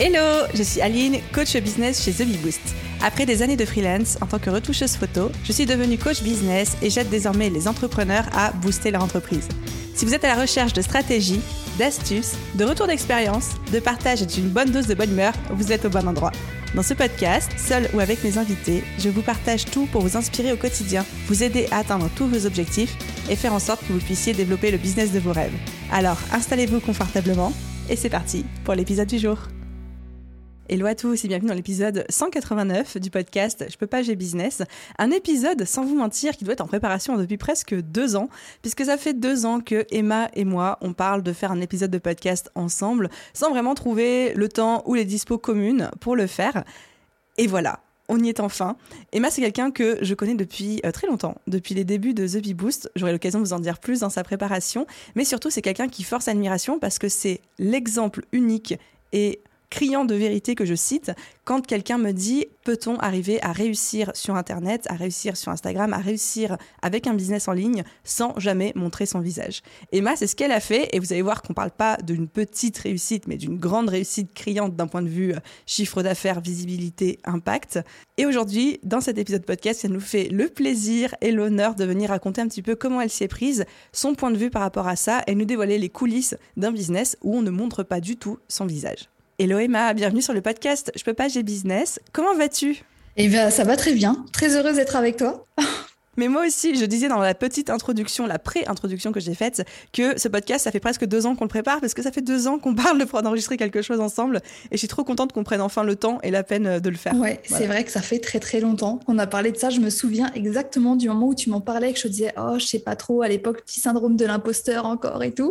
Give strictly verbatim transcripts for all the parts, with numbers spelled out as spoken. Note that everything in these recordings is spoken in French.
Hello, je suis Aline, coach business chez The Bee Boost. Après des années de freelance en tant que retoucheuse photo, je suis devenue coach business et j'aide désormais les entrepreneurs à booster leur entreprise. Si vous êtes à la recherche de stratégies, d'astuces, de retours d'expérience, de partage et d'une bonne dose de bonne humeur, vous êtes au bon endroit. Dans ce podcast, seul ou avec mes invités, je vous partage tout pour vous inspirer au quotidien, vous aider à atteindre tous vos objectifs et faire en sorte que vous puissiez développer le business de vos rêves. Alors, installez-vous confortablement et c'est parti pour l'épisode du jour. Hello à tous et bienvenue dans l'épisode cent quatre-vingt-neuf du podcast Je peux pas, j'ai business. Un épisode, sans vous mentir, qui doit être en préparation depuis presque deux ans, puisque ça fait deux ans que Emma et moi, on parle de faire un épisode de podcast ensemble, sans vraiment trouver le temps ou les dispos communes pour le faire. Et voilà, on y est enfin. Emma, c'est quelqu'un que je connais depuis euh, très longtemps, depuis les débuts de The Bee Boost. J'aurai l'occasion de vous en dire plus dans sa préparation, mais surtout, c'est quelqu'un qui force admiration parce que c'est l'exemple unique et criant de vérité que je cite quand quelqu'un me dit « Peut-on arriver à réussir sur Internet, à réussir sur Instagram, à réussir avec un business en ligne sans jamais montrer son visage ?» Emma, c'est ce qu'elle a fait et vous allez voir qu'on ne parle pas d'une petite réussite mais d'une grande réussite criante d'un point de vue chiffre d'affaires, visibilité, impact. Et aujourd'hui, dans cet épisode podcast, elle nous fait le plaisir et l'honneur de venir raconter un petit peu comment elle s'y est prise, son point de vue par rapport à ça et nous dévoiler les coulisses d'un business où on ne montre pas du tout son visage. Hello Emma, bienvenue sur le podcast Je peux pas, j'ai business. Comment vas-tu ? Eh bien, ça va très bien. Très heureuse d'être avec toi. Mais moi aussi, je disais dans la petite introduction, la pré-introduction que j'ai faite, que ce podcast, ça fait presque deux ans qu'on le prépare parce que ça fait deux ans qu'on parle de d'enregistrer quelque chose ensemble et je suis trop contente qu'on prenne enfin le temps et la peine de le faire. Ouais, voilà. C'est vrai que ça fait très très longtemps qu'on a parlé de ça. Je me souviens exactement du moment où tu m'en parlais, que je te disais « Oh, je sais pas trop, à l'époque, petit syndrome de l'imposteur encore et tout. »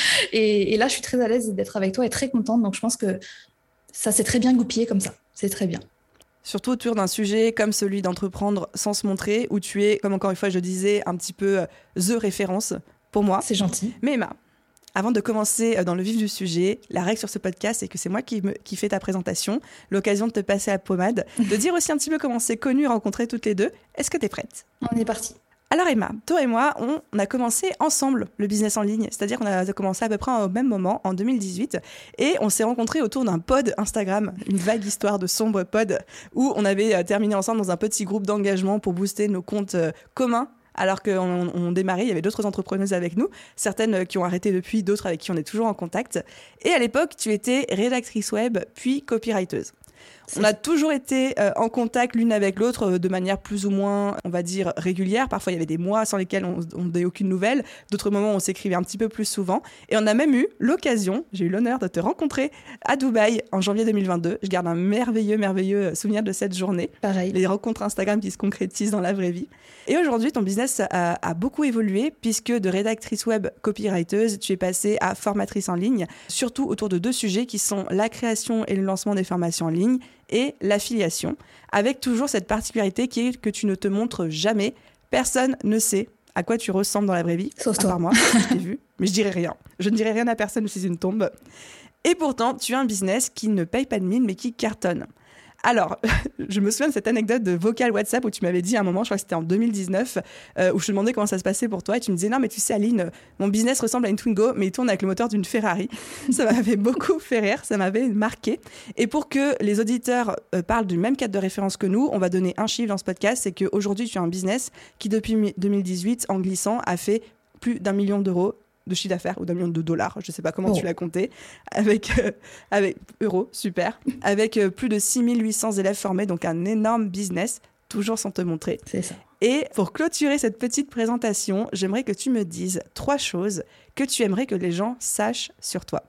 et, et là, je suis très à l'aise d'être avec toi et très contente. Donc, je pense que ça s'est très bien goupillé comme ça. C'est très bien. Surtout autour d'un sujet comme celui d'entreprendre sans se montrer, où tu es, comme encore une fois je disais, un petit peu euh, the référence pour moi. C'est gentil. Mais Emma, avant de commencer dans le vif du sujet, la règle sur ce podcast, c'est que c'est moi qui, me, qui fais ta présentation, l'occasion de te passer la pommade, de dire aussi un petit peu comment c'est connu, rencontré toutes les deux. Est-ce que tu es prête ? On est parti. Alors Emma, toi et moi, on, on a commencé ensemble le business en ligne, c'est-à-dire qu'on a commencé à peu près au même moment, en deux mille dix-huit, et on s'est rencontrés autour d'un pod Instagram, une vague histoire de sombre pod, où on avait terminé ensemble dans un petit groupe d'engagement pour booster nos comptes communs. Alors qu'on on démarrait, il y avait d'autres entrepreneuses avec nous, certaines qui ont arrêté depuis, d'autres avec qui on est toujours en contact. Et à l'époque, tu étais rédactrice web, puis copywriteuse. On a toujours été euh, en contact l'une avec l'autre euh, de manière plus ou moins, on va dire, régulière. Parfois, il y avait des mois sans lesquels on n'avait aucune nouvelle. D'autres moments, on s'écrivait un petit peu plus souvent. Et on a même eu l'occasion, j'ai eu l'honneur de te rencontrer à Dubaï en janvier deux mille vingt-deux. Je garde un merveilleux, merveilleux souvenir de cette journée. Pareil. Les rencontres Instagram qui se concrétisent dans la vraie vie. Et aujourd'hui, ton business a, a beaucoup évolué puisque de rédactrice web copywriteuse, tu es passée à formatrice en ligne, surtout autour de deux sujets qui sont la création et le lancement des formations en ligne et l'affiliation, avec toujours cette particularité qui est que tu ne te montres jamais. Personne ne sait à quoi tu ressembles dans la vraie vie, sauf à toi. part moi, je t'ai vu, mais je dirai rien. Je ne dirai rien à personne, je suis une tombe. Et pourtant, tu as un business qui ne paye pas de mine, mais qui cartonne. Alors, je me souviens de cette anecdote de vocal WhatsApp où tu m'avais dit à un moment, je crois que c'était en deux mille dix-neuf, euh, où je te demandais comment ça se passait pour toi et tu me disais « Non, mais tu sais Aline, mon business ressemble à une Twingo, mais il tourne avec le moteur d'une Ferrari. » Ça m'avait beaucoup fait rire, ça m'avait marqué. Et pour que les auditeurs euh, parlent du même cadre de référence que nous, on va donner un chiffre dans ce podcast, c'est qu'aujourd'hui, tu as un business qui, depuis deux mille dix-huit, en glissant, a fait plus d'un million d'euros de chiffre d'affaires ou d'un million de dollars, je ne sais pas comment oh. tu l'as compté, avec, euh, avec euros, super, avec euh, plus de six mille huit cents élèves formés, donc un énorme business, toujours sans te montrer. C'est ça. Et pour clôturer cette petite présentation, j'aimerais que tu me dises trois choses que tu aimerais que les gens sachent sur toi.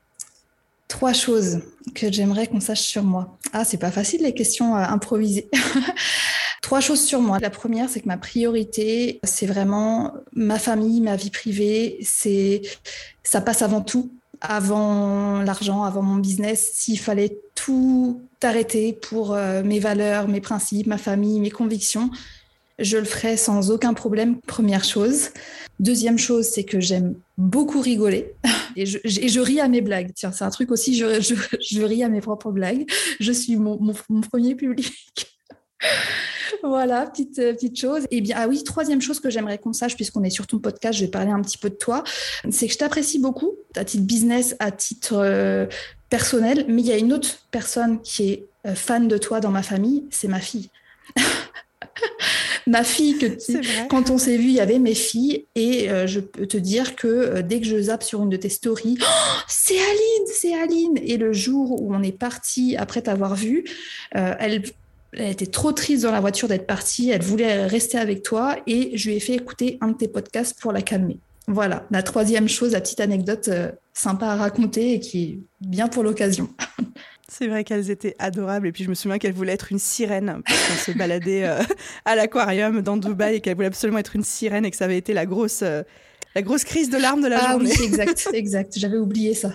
Trois choses que j'aimerais qu'on sache sur moi. Ah, c'est pas facile les questions euh, improvisées. Trois choses sur moi. La première, c'est que ma priorité, c'est vraiment ma famille, ma vie privée. C'est, ça passe avant tout, avant l'argent, avant mon business. S'il fallait tout arrêter pour euh, mes valeurs, mes principes, ma famille, mes convictions, je le ferais sans aucun problème, première chose. Deuxième chose, c'est que j'aime beaucoup rigoler et je, et je ris à mes blagues. Tiens, c'est un truc aussi, je, je, je ris à mes propres blagues. Je suis mon, mon, mon premier public. Voilà, petite, euh, petite chose. Et bien, ah oui, troisième chose que j'aimerais qu'on sache, puisqu'on est sur ton podcast, je vais parler un petit peu de toi, c'est que je t'apprécie beaucoup, à titre business, à titre euh, personnel, mais il y a une autre personne qui est euh, fan de toi dans ma famille, c'est ma fille. Ma fille, que tu... quand on s'est vu, il y avait mes filles, et euh, je peux te dire que euh, dès que je zappe sur une de tes stories, oh, c'est Aline, c'est Aline. Et le jour où on est parti après t'avoir vu, euh, elle, elle était trop triste dans la voiture d'être partie, elle voulait rester avec toi, et je lui ai fait écouter un de tes podcasts pour la calmer. Voilà, la troisième chose, la petite anecdote euh, sympa à raconter et qui est bien pour l'occasion. C'est vrai qu'elles étaient adorables. Et puis, je me souviens qu'elle voulait être une sirène parce qu'on se baladait euh, à l'aquarium dans Dubaï et qu'elle voulait absolument être une sirène et que ça avait été la grosse, euh, la grosse crise de larmes de la ah journée. Ah oui, exact, exact. J'avais oublié ça.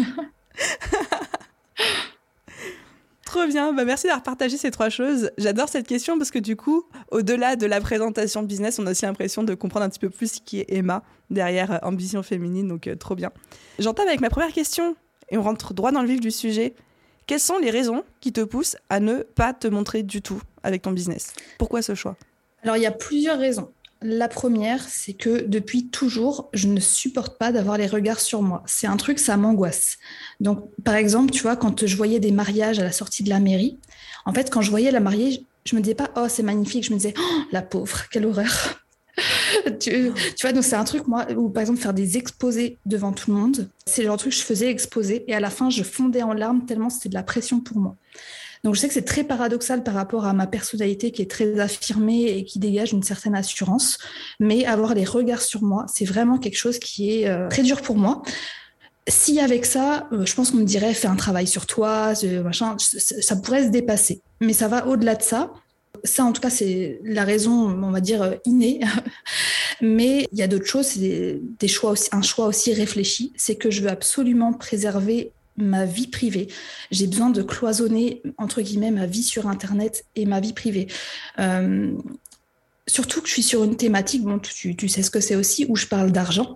Trop bien. Bah, merci d'avoir partagé ces trois choses. J'adore cette question parce que du coup, au-delà de la présentation business, on a aussi l'impression de comprendre un petit peu plus qui est Emma derrière euh, Ambition Féminine. Donc, euh, trop bien. J'entame avec ma première question et on rentre droit dans le vif du sujet. Quelles sont les raisons qui te poussent à ne pas te montrer du tout avec ton business ? Pourquoi ce choix ? Alors, il y a plusieurs raisons. La première, c'est que depuis toujours, je ne supporte pas d'avoir les regards sur moi. C'est un truc, ça m'angoisse. Donc, par exemple, tu vois, quand je voyais des mariages à la sortie de la mairie, en fait, quand je voyais la mariée, je me disais pas « Oh, c'est magnifique », je me disais oh, « La pauvre, quelle horreur !» tu, tu vois, donc c'est un truc, moi, où par exemple, faire des exposés devant tout le monde, c'est le genre de truc que je faisais exposer et à la fin, je fondais en larmes tellement c'était de la pression pour moi. Donc, je sais que c'est très paradoxal par rapport à ma personnalité qui est très affirmée et qui dégage une certaine assurance, mais avoir les regards sur moi, c'est vraiment quelque chose qui est euh, très dur pour moi. Si avec ça, euh, je pense qu'on me dirait fais un travail sur toi, ce, machin, ça, ça pourrait se dépasser. Mais ça va au-delà de ça. Ça, en tout cas, c'est la raison, on va dire, innée. Mais il y a d'autres choses, c'est des, des choix aussi, un choix aussi réfléchi. C'est que je veux absolument préserver ma vie privée. J'ai besoin de cloisonner, entre guillemets, ma vie sur Internet et ma vie privée. Euh, surtout que je suis sur une thématique, bon, tu, tu sais ce que c'est aussi, où je parle d'argent.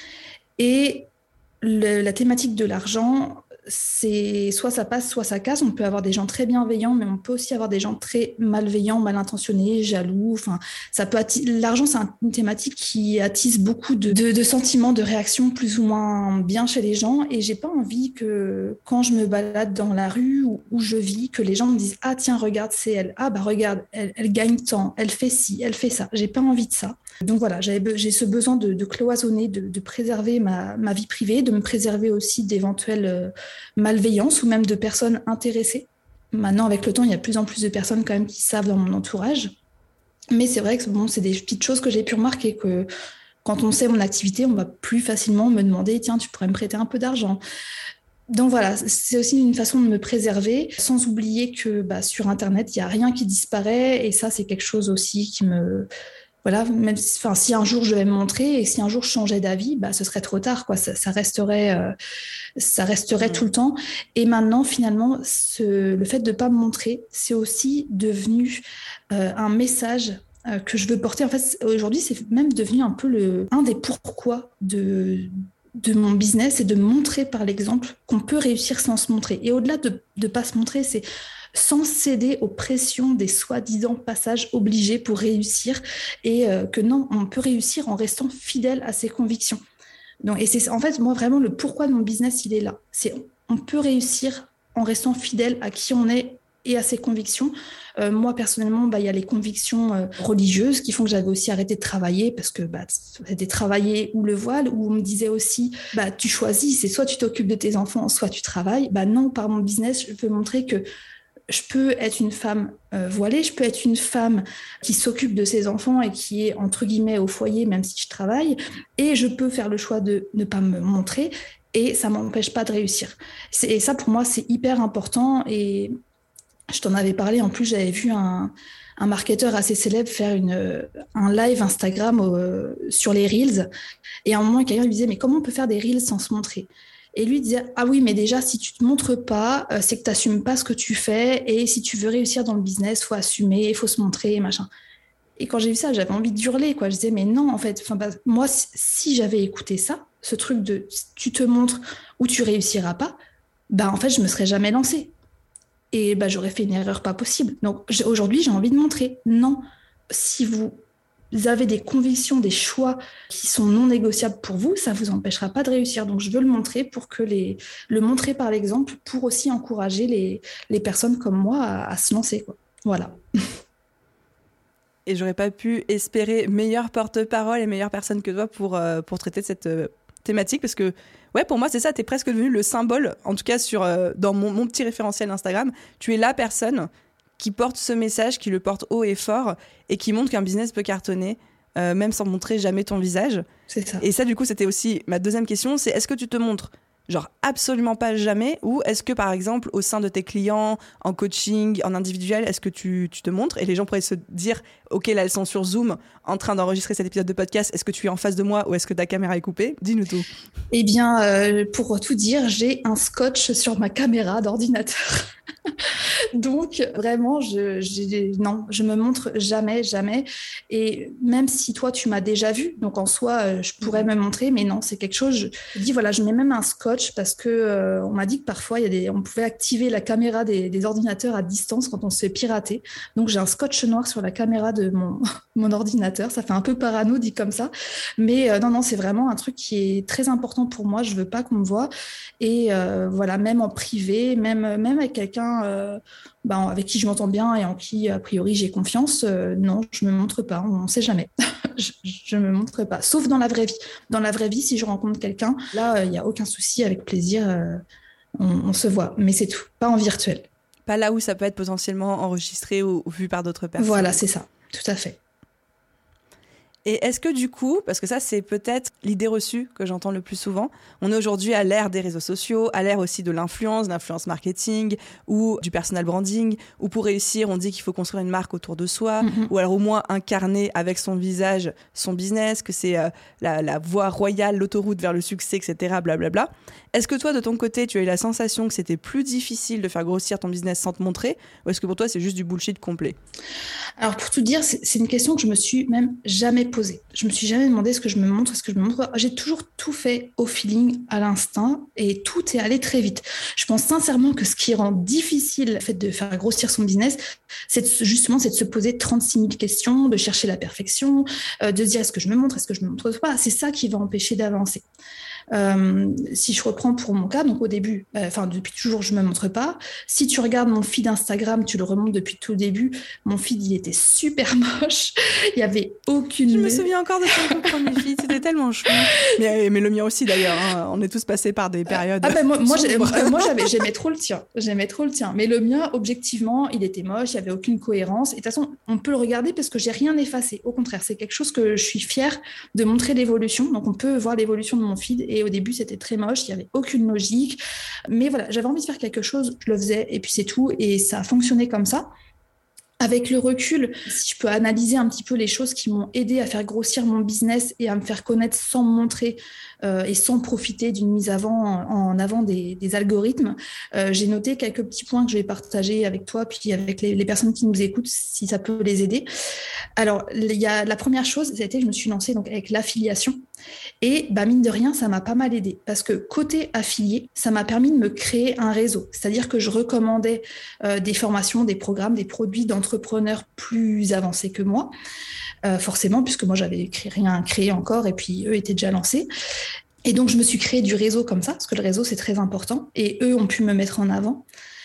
Et le, la thématique de l'argent, c'est soit ça passe, soit ça casse. On peut avoir des gens très bienveillants, mais on peut aussi avoir des gens très malveillants, mal intentionnés, jaloux. Enfin, ça peut atti- L'argent, c'est une thématique qui attise beaucoup de, de, de sentiments, de réactions plus ou moins bien chez les gens. Et j'ai pas envie que quand je me balade dans la rue où, où je vis, que les gens me disent ah tiens regarde c'est elle, ah bah regarde elle, elle gagne tant, elle fait ci, elle fait ça. J'ai pas envie de ça. Donc voilà, j'avais, j'ai ce besoin de, de cloisonner, de, de préserver ma, ma vie privée, de me préserver aussi d'éventuelles euh, malveillances ou même de personnes intéressées. Maintenant, avec le temps, il y a de plus en plus de personnes quand même qui savent dans mon entourage. Mais c'est vrai que bon, c'est des petites choses que j'ai pu remarquer, que quand on sait mon activité, on va plus facilement me demander « Tiens, tu pourrais me prêter un peu d'argent ?» Donc voilà, c'est aussi une façon de me préserver, sans oublier que bah, sur Internet, il n'y a rien qui disparaît. Et ça, c'est quelque chose aussi qui me... Voilà, même si, enfin, si un jour je devais me montrer et si un jour je changeais d'avis, bah, ce serait trop tard, quoi. Ça, ça resterait, euh, ça resterait mmh. tout le temps. Et maintenant, finalement, ce, le fait de ne pas me montrer, c'est aussi devenu euh, un message euh, que je veux porter. En fait, aujourd'hui, c'est même devenu un peu le, un des pourquoi de, de mon business et de montrer par l'exemple qu'on peut réussir sans se montrer. Et au-delà de ne pas se montrer, c'est sans céder aux pressions des soi-disant passages obligés pour réussir et euh, que non, on peut réussir en restant fidèle à ses convictions. Donc, et c'est en fait, moi, vraiment, le pourquoi de mon business, il est là. C'est on peut réussir en restant fidèle à qui on est et à ses convictions. Euh, moi, personnellement, bah, il y a les convictions euh, religieuses qui font que j'avais aussi arrêté de travailler parce que bah, c'était travailler ou le voile, où on me disait aussi, bah, tu choisis, c'est soit tu t'occupes de tes enfants, soit tu travailles. Bah, non, par mon business, je peux montrer que je peux être une femme euh, voilée, je peux être une femme qui s'occupe de ses enfants et qui est, entre guillemets, au foyer, même si je travaille, et je peux faire le choix de ne pas me montrer, et ça ne m'empêche pas de réussir. C'est, et ça, pour moi, c'est hyper important, et je t'en avais parlé, en plus, j'avais vu un, un marketeur assez célèbre faire une, un live Instagram euh, sur les Reels, et à un moment, quelqu'un lui disait « Mais comment on peut faire des Reels sans se montrer ?» Et lui disait « Ah oui, mais déjà, si tu ne te montres pas, euh, c'est que tu n'assumes pas ce que tu fais. Et si tu veux réussir dans le business, il faut assumer, il faut se montrer, machin. » Et quand j'ai vu ça, j'avais envie de hurler, quoi. Je disais « Mais non, en fait, bah, moi, si j'avais écouté ça, ce truc de tu te montres ou tu réussiras pas, bah, en fait, je ne me serais jamais lancée. » et bah, j'aurais fait une erreur pas possible. Donc j'ai, aujourd'hui, j'ai envie de montrer, non, si vous avez des convictions, des choix qui sont non négociables pour vous, ça ne vous empêchera pas de réussir. Donc je veux le montrer pour que les, le montrer par l'exemple, pour aussi encourager les, les personnes comme moi à, à se lancer, quoi. Voilà. Et j'aurais pas pu espérer meilleur porte-parole et meilleure personne que toi pour, euh, pour traiter de cette euh, thématique, parce que ouais, pour moi c'est ça, t'es presque devenu le symbole, en tout cas sur, euh, dans mon, mon petit référentiel Instagram, tu es la personne qui porte ce message, qui le porte haut et fort et qui montre qu'un business peut cartonner euh, même sans montrer jamais ton visage. C'est ça. Et ça, du coup, c'était aussi ma deuxième question, c'est est-ce que tu te montres genre absolument pas jamais, ou est-ce que par exemple au sein de tes clients, en coaching, en individuel, est-ce que tu, tu te montres et les gens pourraient se dire ok, là elles sont sur Zoom en train d'enregistrer cet épisode de podcast, est-ce que tu es en face de moi ou est-ce que ta caméra est coupée? Dis-nous tout. Eh bien, euh, pour tout dire, j'ai un scotch sur ma caméra d'ordinateur. Donc, vraiment, je, j'ai, non, je me montre jamais, jamais. Et même si toi, tu m'as déjà vu, donc en soi, euh, je pourrais me montrer, mais non, c'est quelque chose. Je, je dis, voilà, je mets même un scotch parce que euh, on m'a dit que parfois, il y a des, on pouvait activer la caméra des, des ordinateurs à distance quand on se fait pirater. Donc, j'ai un scotch noir sur la caméra de mon, mon ordinateur. Ça fait un peu parano dit comme ça. Mais euh, non, non, c'est vraiment un truc qui est très important pour moi. Je veux pas qu'on me voie. Et euh, voilà, même en privé, même, même avec quelqu'un euh, ben, avec qui je m'entends bien et en qui, a priori, j'ai confiance, euh, non, je me montre pas. On ne sait jamais. je ne me montre pas. Sauf dans la vraie vie. Dans la vraie vie, si je rencontre quelqu'un, là, il euh, n'y a aucun souci. Avec plaisir, euh, on, on se voit. Mais c'est tout. Pas en virtuel. Pas là où ça peut être potentiellement enregistré ou, ou vu par d'autres personnes. Voilà, c'est ça. Tout à fait. Et est-ce que du coup, parce que ça c'est peut-être l'idée reçue que j'entends le plus souvent, on est aujourd'hui à l'ère des réseaux sociaux, à l'ère aussi de l'influence, d'influence marketing ou du personal branding, où pour réussir on dit qu'il faut construire une marque autour de soi, mm-hmm. ou alors au moins incarner avec son visage son business, que c'est euh, la, la voie royale, l'autoroute vers le succès, et cetera. Blablabla. Est-ce que toi de ton côté tu as eu la sensation que c'était plus difficile de faire grossir ton business sans te montrer, ou est-ce que pour toi c'est juste du bullshit complet? Alors pour tout dire, c'est, c'est une question que je me suis même jamais posée. Je me suis jamais demandé est-ce que je me montre, est-ce que je me montre pas. J'ai toujours tout fait au feeling, à l'instinct, et tout est allé très vite. Je pense sincèrement que ce qui rend difficile le fait de faire grossir son business, c'est de, justement c'est de se poser trente-six mille questions, de chercher la perfection, euh, de se dire est-ce que je me montre, est-ce que je me montre pas. C'est ça qui va empêcher d'avancer. Euh, si je reprends pour mon cas, donc au début, euh, enfin depuis toujours, je me montre pas. Si tu regardes mon feed Instagram, tu le remontes depuis tout le début. Mon feed, il était super moche. Il y avait aucune. Je me souviens encore de ton premier feed, c'était tellement chou. Mais, mais le mien aussi d'ailleurs. Hein. On est tous passés par des périodes. Ah ben moi, moi, j'ai, moi j'avais, j'aimais trop le tien. J'aimais trop le tien. Mais le mien, objectivement, il était moche. Il y avait aucune cohérence. Et de toute façon, on peut le regarder parce que j'ai rien effacé. Au contraire, c'est quelque chose que je suis fière de montrer l'évolution. Donc on peut voir l'évolution de mon feed. Et au début, c'était très moche, il n'y avait aucune logique. Mais voilà, j'avais envie de faire quelque chose, je le faisais, et puis c'est tout. Et ça a fonctionné comme ça. Avec le recul, si je peux analyser un petit peu les choses qui m'ont aidé à faire grossir mon business et à me faire connaître sans me montrer euh, et sans profiter d'une mise avant, en avant des, des algorithmes, euh, j'ai noté quelques petits points que je vais partager avec toi puis avec les, les personnes qui nous écoutent si ça peut les aider. Alors, il y a la première chose, c'était que je me suis lancée donc avec l'affiliation. Et bah, mine de rien, ça m'a pas mal aidé parce que côté affilié, ça m'a permis de me créer un réseau. C'est-à-dire que je recommandais euh, des formations, des programmes, des produits d'entrepreneurs plus avancés que moi, euh, forcément, puisque moi, j'avais créé, rien créé encore et puis eux étaient déjà lancés. Et donc, je me suis créé du réseau comme ça, parce que le réseau, c'est très important. Et eux ont pu me mettre en avant.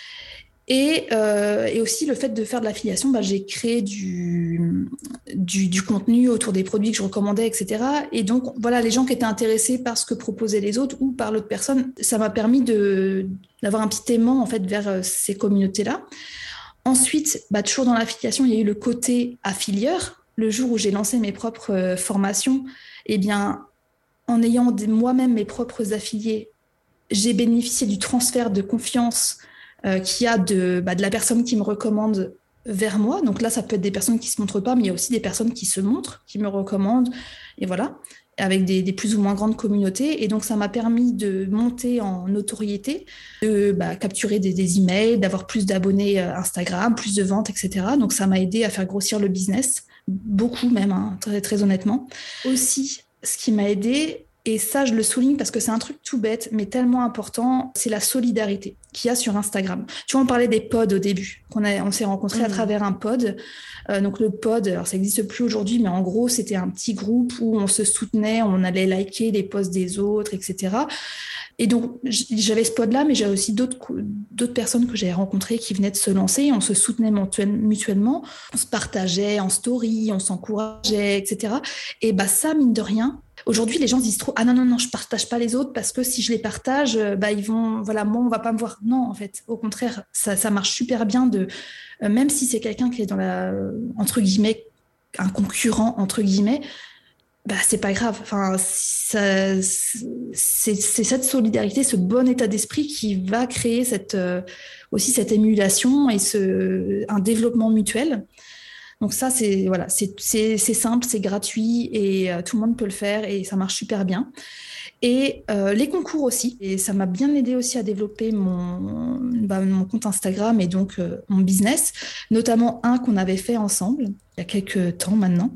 Et, euh, et aussi le fait de faire de l'affiliation, bah, j'ai créé du, du, du contenu autour des produits que je recommandais, et cetera. Et donc, voilà, les gens qui étaient intéressés par ce que proposaient les autres ou par l'autre personne, ça m'a permis de, d'avoir un petit aimant en fait, vers ces communautés-là. Ensuite, bah, toujours dans l'affiliation, il y a eu le côté affilieur. Le jour où j'ai lancé mes propres formations, eh bien, en ayant des, moi-même mes propres affiliés, j'ai bénéficié du transfert de confiance Euh, qu'il y a de, bah, de la personne qui me recommande vers moi. Donc là, ça peut être des personnes qui ne se montrent pas, mais il y a aussi des personnes qui se montrent, qui me recommandent, et voilà, avec des, des plus ou moins grandes communautés. Et donc, ça m'a permis de monter en notoriété, de bah, capturer des, des emails, d'avoir plus d'abonnés Instagram, plus de ventes, et cetera. Donc, ça m'a aidé à faire grossir le business, beaucoup même, hein, très, très honnêtement. Aussi, ce qui m'a aidé, Et ça, je le souligne parce que c'est un truc tout bête, mais tellement important, c'est la solidarité qu'il y a sur Instagram. Tu vois, on parlait des pods au début, qu'on a, on s'est rencontrés mmh. à travers un pod. Euh, donc le pod, alors ça n'existe plus aujourd'hui, mais en gros, c'était un petit groupe où on se soutenait, on allait liker les posts des autres, et cetera. Et donc, j'avais ce pod-là, mais j'avais aussi d'autres, d'autres personnes que j'avais rencontrées qui venaient de se lancer. On se soutenait mutuellement, on se partageait en story, on s'encourageait, et cetera. Et bah ça, mine de rien, aujourd'hui, les gens se disent trop « Ah non, non, non, je partage pas les autres parce que si je les partage, bah, ils vont... Voilà, moi, on va pas me voir. » Non, en fait, au contraire, ça, ça marche super bien de... Euh, même si c'est quelqu'un qui est dans la... Entre guillemets, un concurrent, entre guillemets, bah, c'est pas grave. Enfin, ça, c'est, c'est cette solidarité, ce bon état d'esprit qui va créer cette, euh, aussi cette émulation et ce, un développement mutuel. Donc ça, c'est, voilà, c'est, c'est, c'est simple, c'est gratuit et euh, tout le monde peut le faire et ça marche super bien. Et euh, les concours aussi. Et ça m'a bien aidé aussi à développer mon, bah, mon compte Instagram et donc euh, mon business, notamment un qu'on avait fait ensemble il y a quelques temps maintenant.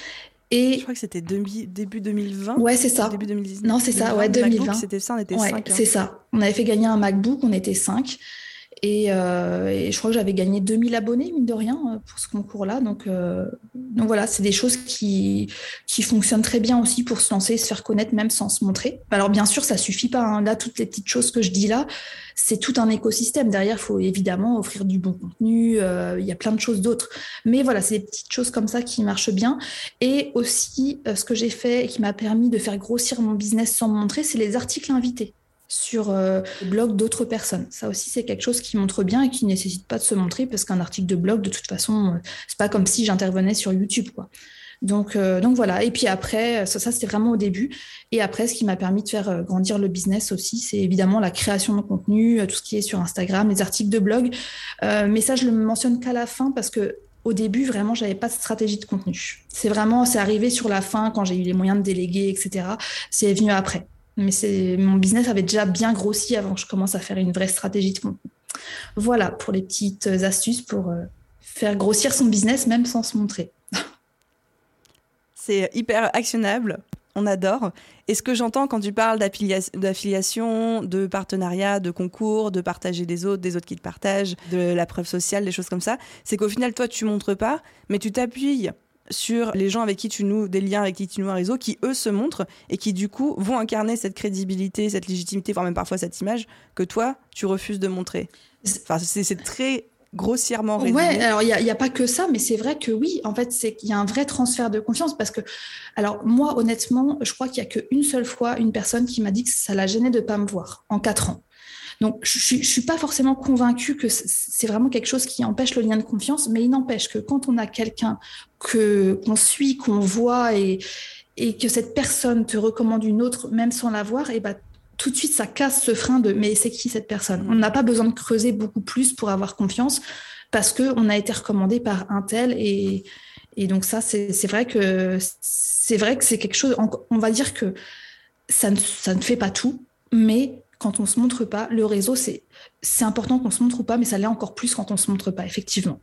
Et je crois que c'était demi, début deux mille vingt. Ouais, c'est ça. Début deux mille dix-neuf. Non, c'est ça, ouais, deux mille vingt. MacBook, c'était ça, on était ouais, cinq. Hein. C'est ça. On avait fait gagner un MacBook, on était cinq. Et, euh, et je crois que j'avais gagné deux mille abonnés, mine de rien, pour ce concours-là. Donc, euh, donc voilà, c'est des choses qui, qui fonctionnent très bien aussi pour se lancer, se faire connaître, même sans se montrer. Alors bien sûr, ça suffit pas. Hein. Là, toutes les petites choses que je dis là, c'est tout un écosystème. Derrière, il faut évidemment offrir du bon contenu. Euh, il y a plein de choses d'autres. Mais voilà, c'est des petites choses comme ça qui marchent bien. Et aussi, euh, ce que j'ai fait et qui m'a permis de faire grossir mon business sans me montrer, c'est les articles invités sur euh, le blog d'autres personnes. Ça aussi, c'est quelque chose qui montre bien et qui ne nécessite pas de se montrer parce qu'un article de blog, de toute façon, euh, c'est pas comme si j'intervenais sur YouTube, quoi. Donc, euh, donc voilà. Et puis après, ça, ça, c'était vraiment au début. Et après, ce qui m'a permis de faire euh, grandir le business aussi, c'est évidemment la création de contenu, euh, tout ce qui est sur Instagram, les articles de blog. Euh, mais ça, je le mentionne qu'à la fin parce que au début, vraiment, j'avais pas de stratégie de contenu. C'est vraiment, c'est arrivé sur la fin quand j'ai eu les moyens de déléguer, et cetera. C'est venu après. Mais c'est, mon business avait déjà bien grossi avant que je commence à faire une vraie stratégie de contenu. Voilà pour les petites astuces pour euh, faire grossir son business même sans se montrer. C'est hyper actionnable, on adore. Et ce que j'entends quand tu parles d'affilia- d'affiliation, de partenariat, de concours, de partager des autres, des autres qui te partagent, de la preuve sociale, des choses comme ça, c'est qu'au final, toi, tu ne montres pas, mais tu t'appuies sur les gens avec qui tu noues des liens, avec qui tu noues un réseau, qui eux se montrent et qui du coup vont incarner cette crédibilité, cette légitimité, voire même parfois cette image que toi tu refuses de montrer. Enfin, c'est, c'est très grossièrement résumé. Ouais, alors il y a, y a pas que ça, mais c'est vrai que oui, en fait, c'est qu'il y a un vrai transfert de confiance parce que, alors moi honnêtement, je crois qu'il y a qu'une seule fois une personne qui m'a dit que ça la gênait de pas me voir en quatre ans. Donc, je ne suis pas forcément convaincue que c'est vraiment quelque chose qui empêche le lien de confiance, mais il n'empêche que quand on a quelqu'un que, qu'on suit, qu'on voit et, et que cette personne te recommande une autre, même sans la voir, et bah, tout de suite, ça casse ce frein de « mais c'est qui cette personne ?» On n'a pas besoin de creuser beaucoup plus pour avoir confiance parce qu'on a été recommandé par un tel et, et donc ça, c'est, c'est, vrai que, c'est vrai que c'est quelque chose, on va dire que ça ne, ça ne fait pas tout, mais quand on ne se montre pas, le réseau, c'est, c'est important qu'on se montre ou pas, mais ça l'est encore plus quand on ne se montre pas, effectivement.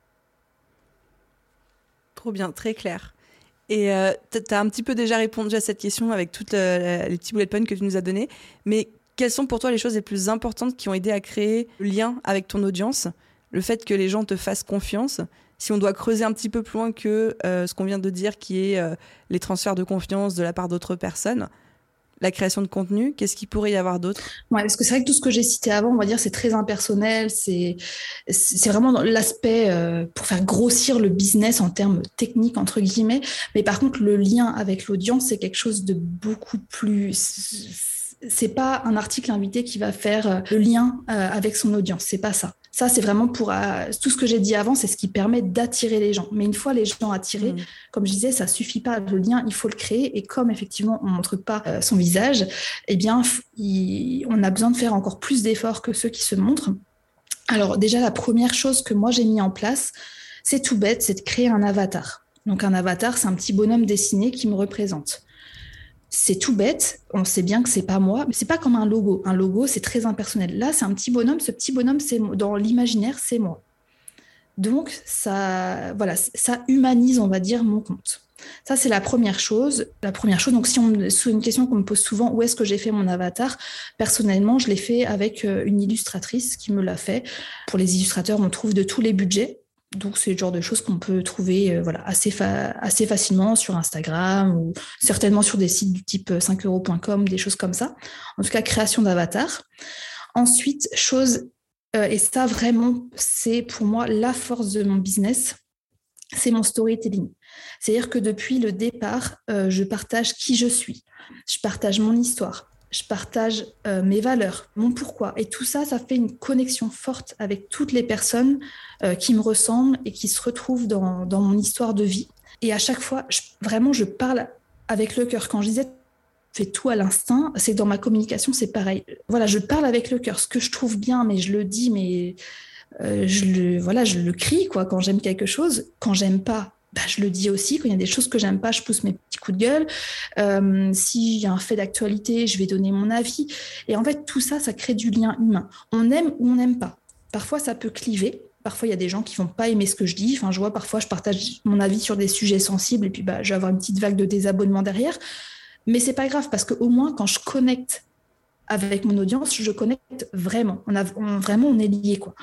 Trop bien, très clair. Et euh, tu as un petit peu déjà répondu à cette question avec toutes euh, les petits bullet points que tu nous as donnés, mais quelles sont pour toi les choses les plus importantes qui ont aidé à créer le lien avec ton audience, le fait que les gens te fassent confiance, si on doit creuser un petit peu plus loin que euh, ce qu'on vient de dire, qui est euh, les transferts de confiance de la part d'autres personnes, la création de contenu, qu'est-ce qu'il pourrait y avoir d'autre ? Ouais, parce que c'est vrai que tout ce que j'ai cité avant, on va dire, c'est très impersonnel, c'est, c'est vraiment dans l'aspect euh, pour faire grossir le business en termes techniques, entre guillemets. Mais par contre, le lien avec l'audience, c'est quelque chose de beaucoup plus... C'est pas un article invité qui va faire le lien euh, avec son audience, c'est pas ça. Ça, c'est vraiment pour... Euh, tout ce que j'ai dit avant, c'est ce qui permet d'attirer les gens. Mais une fois les gens attirés, mmh. comme je disais, ça suffit pas. Le lien, il faut le créer. Et comme, effectivement, on montre pas euh, son visage, eh bien, il, on a besoin de faire encore plus d'efforts que ceux qui se montrent. Alors, déjà, la première chose que moi, j'ai mis en place, c'est tout bête, c'est de créer un avatar. Donc, un avatar, c'est un petit bonhomme dessiné qui me représente. C'est tout bête, on sait bien que c'est pas moi, mais c'est pas comme un logo. Un logo, c'est très impersonnel. Là, c'est un petit bonhomme, ce petit bonhomme, c'est dans l'imaginaire, c'est moi. Donc, ça, voilà, ça humanise, on va dire, mon compte. Ça, c'est la première chose. La première chose, donc si on, c'est une question qu'on me pose souvent, où est-ce que j'ai fait mon avatar? Personnellement, je l'ai fait avec une illustratrice qui me l'a fait. Pour les illustrateurs, on trouve de tous les budgets. Donc, c'est le genre de choses qu'on peut trouver euh, voilà, assez, fa- assez facilement sur Instagram ou certainement sur des sites du type cinq euros point com, des choses comme ça. En tout cas, création d'avatar. Ensuite, chose, euh, et ça vraiment, c'est pour moi la force de mon business, c'est mon storytelling. C'est-à-dire que depuis le départ, euh, je partage qui je suis, je partage mon histoire, je partage euh, mes valeurs, mon pourquoi. Et tout ça, ça fait une connexion forte avec toutes les personnes euh, qui me ressemblent et qui se retrouvent dans, dans mon histoire de vie. Et à chaque fois, je, vraiment, je parle avec le cœur. Quand je disais fais tout à l'instinct, c'est que dans ma communication, c'est pareil. Voilà, je parle avec le cœur. Ce que je trouve bien, mais je le dis, mais euh, je le, voilà, je le crie, quoi, quand j'aime quelque chose. Quand j'aime pas, bah, je le dis aussi. Quand il y a des choses que j'aime pas, je pousse mes petits coups de gueule. Euh, s'il y a un fait d'actualité, je vais donner mon avis. Et en fait, tout ça, ça crée du lien humain. On aime ou on n'aime pas. Parfois, ça peut cliver. Parfois, il y a des gens qui vont pas aimer ce que je dis. Enfin, je vois, parfois, je partage mon avis sur des sujets sensibles et puis bah, je vais avoir une petite vague de désabonnement derrière. Mais c'est pas grave parce qu'au moins, quand je connecte avec mon audience, je connecte vraiment. On a, on, vraiment, on est liés, quoi.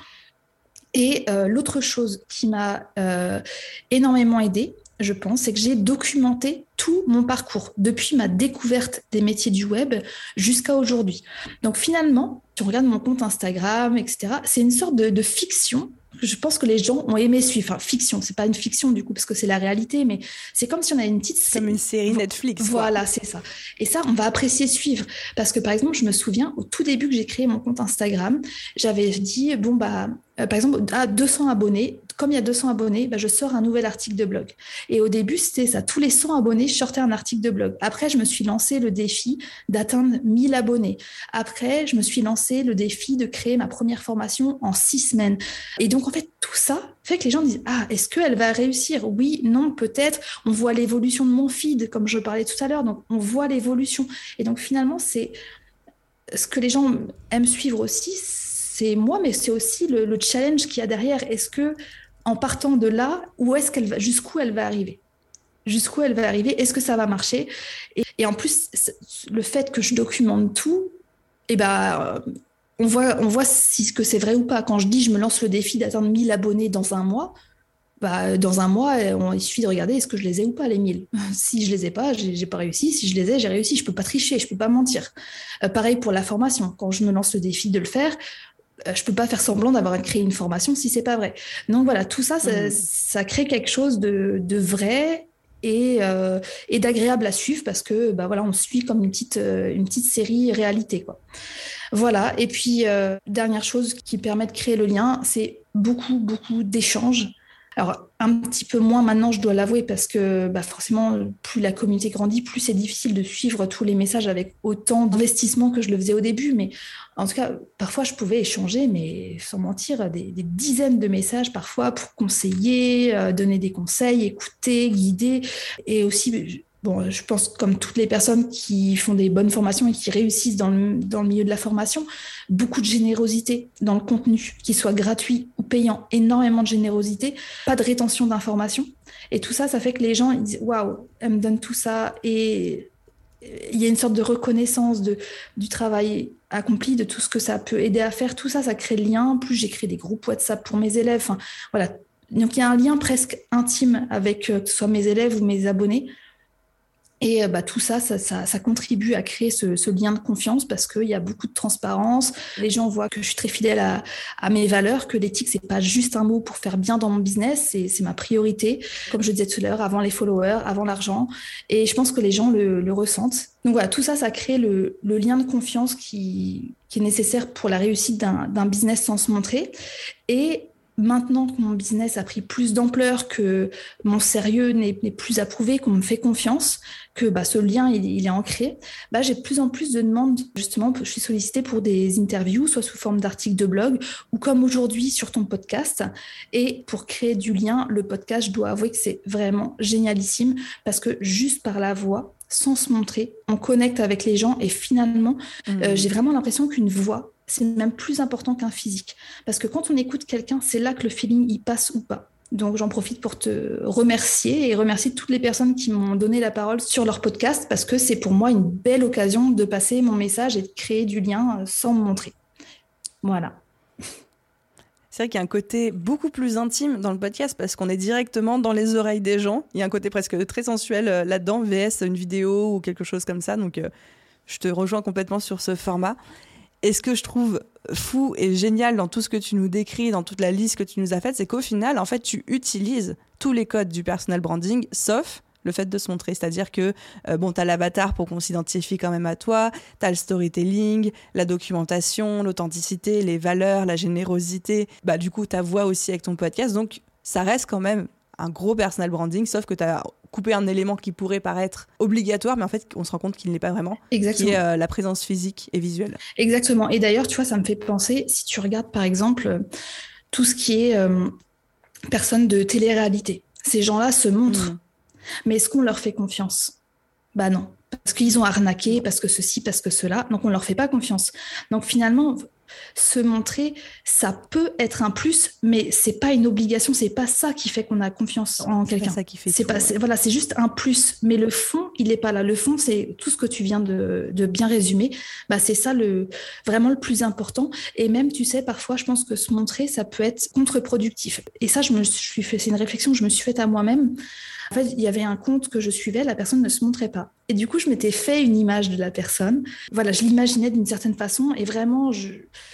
Et euh, l'autre chose qui m'a euh, énormément aidée, je pense, c'est que j'ai documenté tout mon parcours, depuis ma découverte des métiers du web jusqu'à aujourd'hui. Donc finalement, si on regarde mon compte Instagram, et cetera, c'est une sorte de, de fiction. Je pense que les gens ont aimé suivre. Enfin, fiction, c'est pas une fiction du coup, parce que c'est la réalité, mais c'est comme si on avait une petite... C'est comme une série Netflix. Voilà, c'est ça. Et ça, on va apprécier suivre. Parce que par exemple, je me souviens, au tout début que j'ai créé mon compte Instagram, j'avais dit, bon, bah, euh, par exemple, à deux cents abonnés, comme il y a deux cents abonnés, bah, je sors un nouvel article de blog. Et au début, c'était ça. Tous les cent abonnés, je sortais un article de blog. Après, je me suis lancé le défi d'atteindre mille abonnés. Après, je me suis lancé le défi de créer ma première formation en six semaines. Et donc, en fait, tout ça fait que les gens disent « Ah, est-ce qu'elle va réussir ?» Oui, non, peut-être. On voit l'évolution de mon feed, comme je parlais tout à l'heure. Donc, on voit l'évolution. Et donc, finalement, c'est ce que les gens aiment suivre aussi, c'est moi, mais c'est aussi le, le challenge qu'il y a derrière. Est-ce que en partant de là, où est-ce qu'elle va, jusqu'où elle va arriver, jusqu'où elle va arriver, est-ce que ça va marcher? et, et en plus, le fait que je documente tout, et ben, on voit, on voit si ce que c'est vrai ou pas. Quand je dis je me lance le défi d'atteindre mille abonnés dans un mois, bah, dans un mois, on, il suffit de regarder est-ce que je les ai ou pas, les mille. Si je les ai pas, j'ai, j'ai pas réussi. Si je les ai, j'ai réussi. Je peux pas tricher, je peux pas mentir. Euh, pareil pour la formation. Quand je me lance le défi de le faire, je peux pas faire semblant d'avoir créé une formation si c'est pas vrai. Donc voilà, tout ça, ça, mmh. ça crée quelque chose de, de vrai et, euh, et d'agréable à suivre parce que bah voilà, on suit comme une petite, une petite série réalité, quoi. Voilà. Et puis euh, dernière chose qui permet de créer le lien, c'est beaucoup beaucoup d'échanges. Alors, un petit peu moins maintenant, je dois l'avouer, parce que bah, forcément, plus la communauté grandit, plus c'est difficile de suivre tous les messages avec autant d'investissement que je le faisais au début. Mais en tout cas, parfois, je pouvais échanger, mais sans mentir, des, des dizaines de messages parfois pour conseiller, euh, donner des conseils, écouter, guider. Et aussi, bon, je pense comme toutes les personnes qui font des bonnes formations et qui réussissent dans le, dans le milieu de la formation, beaucoup de générosité dans le contenu, qu'il soit gratuit ou payant, énormément de générosité, pas de rétention d'informations. Et tout ça, ça fait que les gens ils disent « Waouh, elle me donne tout ça » et il y a une sorte de reconnaissance de, du travail accompli, de tout ce que ça peut aider à faire. Tout ça, ça crée le lien. Plus j'ai créé des groupes WhatsApp pour mes élèves. Enfin, voilà. Donc, il y a un lien presque intime avec que ce soit mes élèves ou mes abonnés. Et bah, tout ça ça, ça, ça contribue à créer ce, ce lien de confiance parce qu'il y a beaucoup de transparence. Les gens voient que je suis très fidèle à, à mes valeurs, que l'éthique, c'est pas juste un mot pour faire bien dans mon business, c'est, c'est ma priorité. Comme je disais tout à l'heure, avant les followers, avant l'argent. Et je pense que les gens le, le ressentent. Donc voilà, tout ça, ça crée le, le lien de confiance qui, qui est nécessaire pour la réussite d'un, d'un business sans se montrer. Et maintenant que mon business a pris plus d'ampleur, que mon sérieux n'est, n'est plus approuvé, qu'on me fait confiance, que bah, ce lien il, il est ancré, bah, j'ai de plus en plus de demandes. Justement, je suis sollicitée pour des interviews, soit sous forme d'articles de blog, ou comme aujourd'hui sur ton podcast. Et pour créer du lien, le podcast, je dois avouer que c'est vraiment génialissime, parce que juste par la voix, sans se montrer, on connecte avec les gens et finalement, mmh. euh, j'ai vraiment l'impression qu'une voix c'est même plus important qu'un physique. Parce que quand on écoute quelqu'un, c'est là que le feeling y passe ou pas. Donc j'en profite pour te remercier et remercier toutes les personnes qui m'ont donné la parole sur leur podcast, parce que c'est pour moi une belle occasion de passer mon message et de créer du lien sans me montrer. Voilà. C'est vrai qu'il y a un côté beaucoup plus intime dans le podcast parce qu'on est directement dans les oreilles des gens. Il y a un côté presque très sensuel là-dedans, V S une vidéo ou quelque chose comme ça. Donc euh, je te rejoins complètement sur ce format. Et ce que je trouve fou et génial dans tout ce que tu nous décris, dans toute la liste que tu nous as faite, c'est qu'au final, en fait, tu utilises tous les codes du personal branding, sauf le fait de se montrer. C'est-à-dire que euh, bon, tu as l'avatar pour qu'on s'identifie quand même à toi, tu as le storytelling, la documentation, l'authenticité, les valeurs, la générosité, bah, du coup, ta voix aussi avec ton podcast. Donc, ça reste quand même un gros personal branding, sauf que tu as coupé un élément qui pourrait paraître obligatoire, mais en fait, on se rend compte qu'il n'est pas vraiment. Exactement. Qui est euh, la présence physique et visuelle. Exactement. Et d'ailleurs, tu vois, ça me fait penser, si tu regardes, par exemple, euh, tout ce qui est euh, personnes de télé-réalité. Ces gens-là se montrent, mmh. mais est-ce qu'on leur fait confiance ? Bah non. Parce qu'ils ont arnaqué, parce que ceci, parce que cela. Donc, on ne leur fait pas confiance. Donc, finalement, se montrer, ça peut être un plus, mais c'est pas une obligation, c'est pas ça qui fait qu'on a confiance en c'est quelqu'un. Pas ça qui fait c'est tout, pas, ouais. c'est, voilà, c'est juste un plus, mais le fond, il est pas là. Le fond, c'est tout ce que tu viens de, de bien résumer. Bah, c'est ça le vraiment le plus important. Et même, tu sais, parfois, je pense que se montrer, ça peut être contre-productif. Et ça, je me suis fait, c'est une réflexion que je me suis faite à moi-même. En fait, il y avait un compte que je suivais, la personne ne se montrait pas. Et du coup, je m'étais fait une image de la personne. Voilà, je l'imaginais d'une certaine façon et vraiment, je...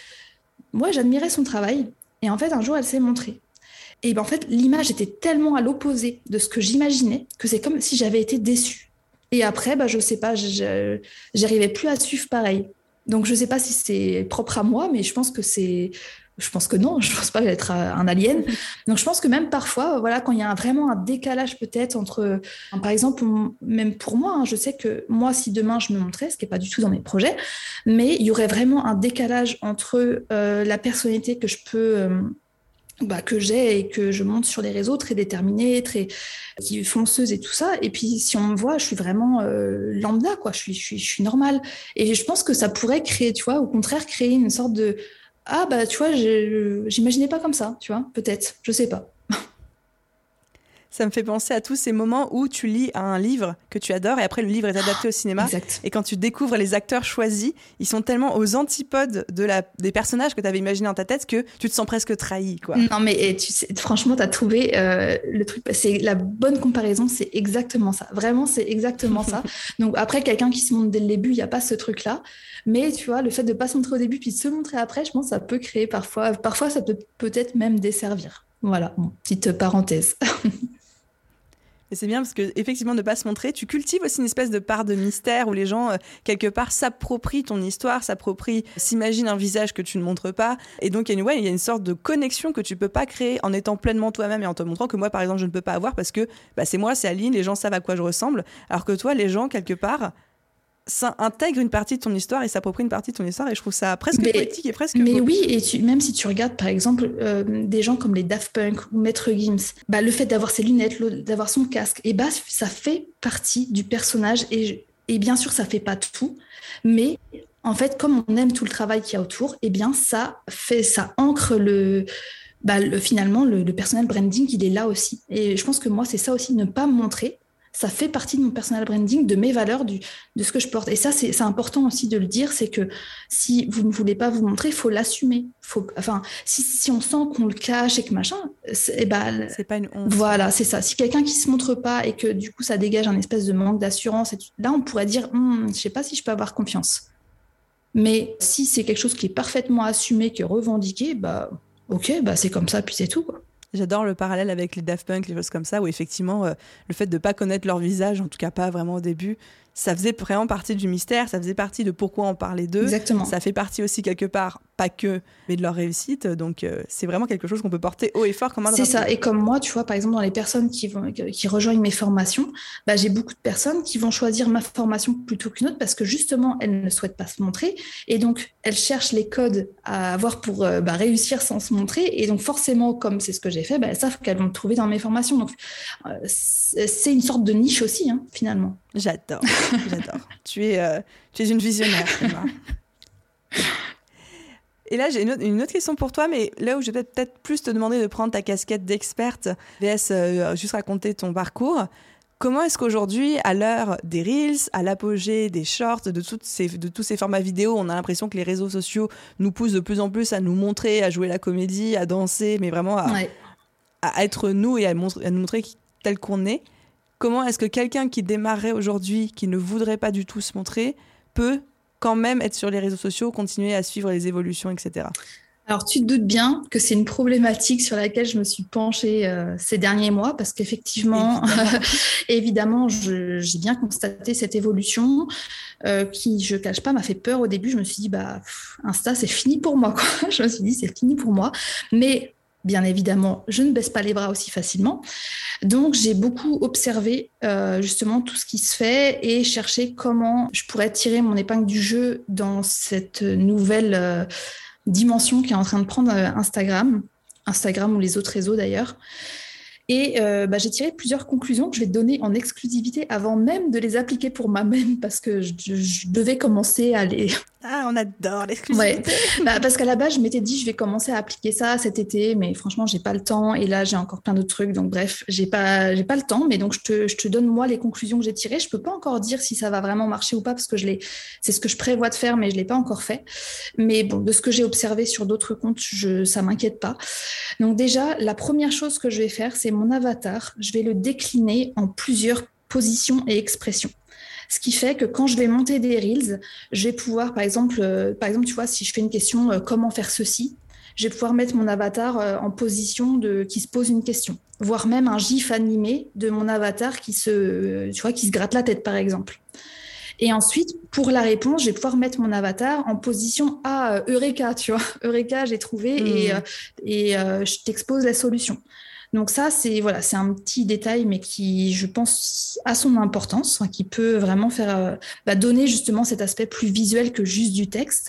moi, j'admirais son travail. Et en fait, un jour, elle s'est montrée. Et ben, en fait, l'image était tellement à l'opposé de ce que j'imaginais que c'est comme si j'avais été déçue. Et après, bah, je sais pas, je n'arrivais plus à suivre pareil. Donc, je sais pas si c'est propre à moi, mais je pense que c'est... Je pense que non, je pense pas être un alien. Donc, je pense que même parfois, voilà, quand il y a un, vraiment un décalage peut-être entre, par exemple, même pour moi, hein, je sais que moi, si demain je me montrais, ce qui n'est pas du tout dans mes projets, mais il y aurait vraiment un décalage entre euh, la personnalité que je peux, euh, bah, que j'ai et que je monte sur les réseaux, très déterminée, très qui est fonceuse et tout ça. Et puis, si on me voit, je suis vraiment euh, lambda, quoi. Je suis, je suis, je suis normale. Et je pense que ça pourrait créer, tu vois, au contraire, créer une sorte de ah bah tu vois, je, j'imaginais pas comme ça, tu vois, peut-être, je sais pas. Ça me fait penser à tous ces moments où tu lis un livre que tu adores et après le livre est adapté au cinéma. Exact. Et quand tu découvres les acteurs choisis, ils sont tellement aux antipodes de la, des personnages que tu avais imaginés dans ta tête que tu te sens presque trahi, quoi. Non mais et tu sais, franchement, tu as trouvé euh, le truc, c'est la bonne comparaison, c'est exactement ça. Vraiment, c'est exactement ça. Donc après, quelqu'un qui se montre dès le début, il n'y a pas ce truc-là. Mais tu vois, le fait de ne pas se montrer au début puis de se montrer après, je pense que ça peut créer parfois, parfois ça peut peut-être même desservir. Voilà, bon, petite parenthèse. Et c'est bien parce que effectivement, ne pas se montrer, tu cultives aussi une espèce de part de mystère où les gens, euh, quelque part, s'approprient ton histoire, s'approprient, s'imaginent un visage que tu ne montres pas. Et donc, il y a une, ouais, il y a une sorte de connexion que tu peux pas créer en étant pleinement toi-même et en te montrant que moi, par exemple, je ne peux pas avoir parce que bah, c'est moi, c'est Aline, les gens savent à quoi je ressemble. Alors que toi, les gens, quelque part, ça intègre une partie de ton histoire et s'approprie une partie de ton histoire et je trouve ça presque mais, poétique et presque mais beau. Oui, et tu, même si tu regardes par exemple euh, des gens comme les Daft Punk ou Maître Gims, bah, le fait d'avoir ses lunettes, d'avoir son casque, et bah, ça fait partie du personnage et, et bien sûr ça fait pas tout, mais en fait comme on aime tout le travail qu'il y a autour, et bien ça fait, ça ancre le... Bah, le, finalement le, le personal branding il est là aussi et je pense que moi c'est ça aussi, ne pas me montrer. Ça fait partie de mon personal branding, de mes valeurs, du, de ce que je porte. Et ça, c'est, c'est important aussi de le dire, c'est que si vous ne voulez pas vous montrer, il faut l'assumer. Faut, enfin, si, si on sent qu'on le cache et que machin, c'est, et ben, c'est pas une honte. Voilà, c'est ça. Si quelqu'un qui se montre pas et que du coup, ça dégage un espèce de manque d'assurance, et tout, là, on pourrait dire, hm, je sais pas si je peux avoir confiance. Mais si c'est quelque chose qui est parfaitement assumé, qui est revendiqué, bah, ok, bah, c'est comme ça, puis c'est tout, quoi. J'adore le parallèle avec les Daft Punk, les choses comme ça, où effectivement, euh, le fait de ne pas connaître leur visage, en tout cas pas vraiment au début, ça faisait vraiment partie du mystère, ça faisait partie de pourquoi on parlait d'eux. Exactement. Ça fait partie aussi quelque part, pas que, mais de leur réussite. Donc, euh, c'est vraiment quelque chose qu'on peut porter haut et fort comme un drapeau. C'est ça. Et comme moi, tu vois, par exemple, dans les personnes qui, vont, qui rejoignent mes formations, bah, j'ai beaucoup de personnes qui vont choisir ma formation plutôt qu'une autre parce que justement, elles ne souhaitent pas se montrer. Et donc, elles cherchent les codes à avoir pour euh, bah, réussir sans se montrer. Et donc, forcément, comme c'est ce que j'ai fait, bah, elles savent qu'elles vont me trouver dans mes formations. Donc, euh, c'est une sorte de niche aussi, hein, finalement. J'adore, j'adore. tu, es, euh, tu es une visionnaire, Emma. Et là, j'ai une autre, une autre question pour toi, mais là où je vais peut-être plus te demander de prendre ta casquette d'experte, vs euh, juste raconter ton parcours. Comment est-ce qu'aujourd'hui, à l'heure des Reels, à l'apogée des Shorts, de, toutes ces, de tous ces formats vidéo, on a l'impression que les réseaux sociaux nous poussent de plus en plus à nous montrer, à jouer la comédie, à danser, mais vraiment à, ouais. à être nous et à, montre, à nous montrer tel qu'on est. Comment est-ce que quelqu'un qui démarrerait aujourd'hui, qui ne voudrait pas du tout se montrer, peut quand même être sur les réseaux sociaux, continuer à suivre les évolutions, et cetera. Alors, tu te doutes bien que c'est une problématique sur laquelle je me suis penchée euh, ces derniers mois parce qu'effectivement, évidemment, évidemment je, j'ai bien constaté cette évolution euh, qui, je ne cache pas, m'a fait peur au début. Je me suis dit, bah, pff, Insta, c'est fini pour moi, quoi. Je me suis dit, c'est fini pour moi. Mais bien évidemment, je ne baisse pas les bras aussi facilement. Donc, j'ai beaucoup observé euh, justement tout ce qui se fait et cherché comment je pourrais tirer mon épingle du jeu dans cette nouvelle euh, dimension qui est en train de prendre euh, Instagram, Instagram ou les autres réseaux d'ailleurs. Et euh, bah, j'ai tiré plusieurs conclusions que je vais te donner en exclusivité avant même de les appliquer pour moi-même parce que je, je, je devais commencer à les... Ah, on adore l'exclusivité. Ouais. Bah, parce qu'à la base, je m'étais dit, je vais commencer à appliquer ça cet été, mais franchement, j'ai pas le temps. Et là, j'ai encore plein d'autres trucs. Donc, bref, j'ai pas, j'ai pas le temps. Mais donc, je te, je te donne, moi, les conclusions que j'ai tirées. Je peux pas encore dire si ça va vraiment marcher ou pas parce que je l'ai, c'est ce que je prévois de faire, mais je l'ai pas encore fait. Mais bon, de ce que j'ai observé sur d'autres comptes, je, ça m'inquiète pas. Donc, déjà, la première chose que je vais faire, c'est mon avatar. Je vais le décliner en plusieurs positions et expressions. Ce qui fait que quand je vais monter des Reels, je vais pouvoir, par exemple, euh, par exemple, tu vois, si je fais une question euh, « comment faire ceci ?», je vais pouvoir mettre mon avatar euh, en position de, qui se pose une question, voire même un gif animé de mon avatar qui se, euh, tu vois, qui se gratte la tête, par exemple. Et ensuite, pour la réponse, je vais pouvoir mettre mon avatar en position « ah, Eureka », tu vois, « Eureka, j'ai trouvé mmh. et, euh, et euh, je t'expose la solution ». Donc ça, c'est, voilà, c'est un petit détail, mais qui, je pense, a son importance, hein, qui peut vraiment faire, euh, bah, donner justement cet aspect plus visuel que juste du texte.